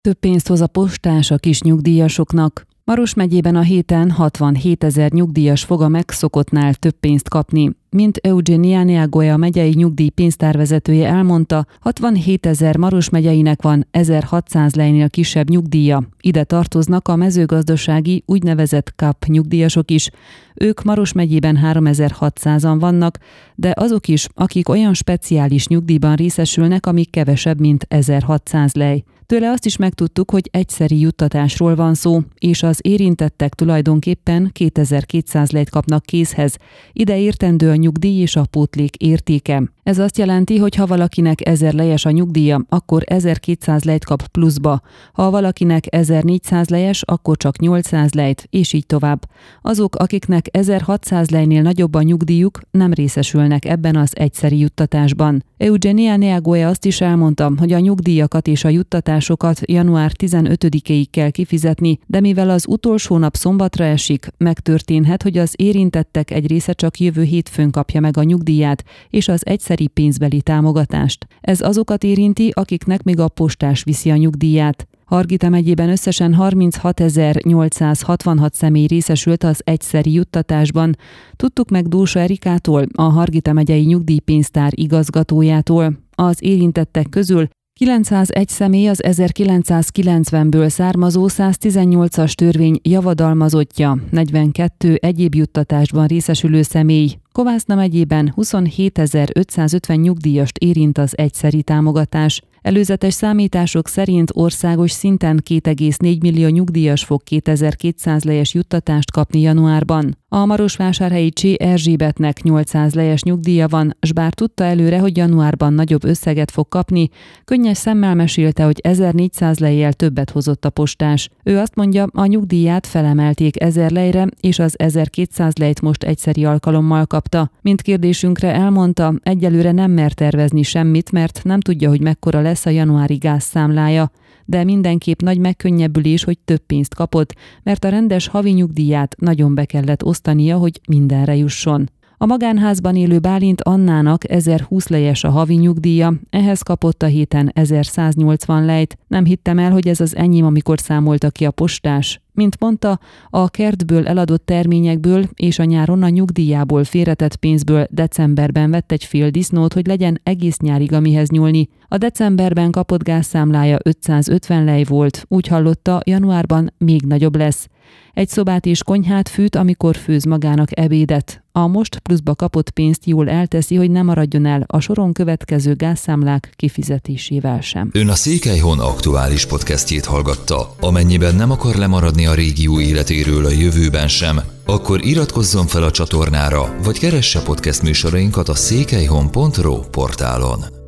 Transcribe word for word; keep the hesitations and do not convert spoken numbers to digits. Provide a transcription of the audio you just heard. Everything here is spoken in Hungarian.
Több pénzt hoz a postás a kis nyugdíjasoknak. Maros megyében a héten hatvanhétezer nyugdíjas fog a megszokottnál több pénzt kapni. Mint Eugenia Neagoya megyei nyugdíjpénztárvezetője elmondta, hatvanhétezer Maros megyeinek van ezerhatszáz lejnél kisebb nyugdíja. Ide tartoznak a mezőgazdasági úgynevezett kap nyugdíjasok is. Ők Maros megyében háromezer-hatszázan vannak, de azok is, akik olyan speciális nyugdíjban részesülnek, amik kevesebb, mint ezerhatszáz lej. Tőle azt is megtudtuk, hogy egyszeri juttatásról van szó, és az érintettek tulajdonképpen kétezer-kétszáz lejt kapnak kézhez. Ide értendő a nyugdíj és a pótlék értéke. Ez azt jelenti, hogy ha valakinek ezer lejes a nyugdíja, akkor ezerkétszáz lejt kap pluszba. Ha valakinek ezernégyszáz lejes, akkor csak nyolcszáz lejt, és így tovább. Azok, akiknek ezerhatszáz lejnél nagyobb a nyugdíjuk, nem részesülnek ebben az egyszeri juttatásban. Eugenia Neagoya azt is elmondta, hogy a nyugdíjakat és a juttatásokat január tizenötödikéig kell kifizetni, de mivel az utolsó nap szombatra esik, megtörténhet, hogy az érintettek egy része csak jövő hétfőn kapja meg a nyugdíját és az egyszeri pénzbeli támogatást. Ez azokat érinti, akiknek még a postás viszi a nyugdíját. Hargita megyében összesen harminchatezer-nyolcszázhatvanhat személy részesült az egyszeri juttatásban. Tudtuk meg Dósa Erikától, a Hargita megyei nyugdíjpénztár igazgatójától. Az érintettek közül kilencszázegy személy az ezerkilencszázkilencvenből származó száztizennyolcas törvény javadalmazottja, negyvenkettő egyéb juttatásban részesülő személy. Kovászna megyében huszonhétezer-ötszázötven nyugdíjast érint az egyszeri támogatás. Előzetes számítások szerint országos szinten két egész négy millió nyugdíjas fog kétezer-kétszáz lejes juttatást kapni januárban. A marosvásárhelyi Csé Erzsébetnek nyolcszáz lejes nyugdíja van, s bár tudta előre, hogy januárban nagyobb összeget fog kapni, könnyes szemmel mesélte, hogy ezernégyszáz lejjel többet hozott a postás. Ő azt mondja, a nyugdíját felemelték ezer lejre, és az ezerkétszáz lejt most egyszeri alkalommal kapta. Mint kérdésünkre elmondta, egyelőre nem mer tervezni semmit, mert nem tudja, hogy mekkora lesz a januári gázszámlája. De mindenképp nagy megkönnyebbülés, hogy több pénzt kapott, mert a rendes havi nyugdíját nagyon be kellett osztania, hogy mindenre jusson. A magánházban élő Bálint Annának ezerhúsz lejes a havi nyugdíja, ehhez kapott a héten ezerszáznyolcvan lejt. Nem hittem el, hogy ez az enyém, amikor számolta ki a postás. Mint mondta, a kertből eladott terményekből és a nyáron a nyugdíjából félretett pénzből decemberben vett egy fél disznót, hogy legyen egész nyárig amihez nyúlni. A decemberben kapott gázszámlája ötszázötven lej volt, úgy hallotta, januárban még nagyobb lesz. Egy szobát és konyhát fűt, amikor főz magának ebédet. A most pluszba kapott pénzt jól elteszi, hogy ne maradjon el a soron következő gázszámlák kifizetésével sem. Ön a Székelyhon aktuális podcastjét hallgatta. Amennyiben nem akar lemaradni a régió életéről a jövőben sem, akkor iratkozzon fel a csatornára, vagy keresse podcast műsorainkat a székelyhon pont ro portálon.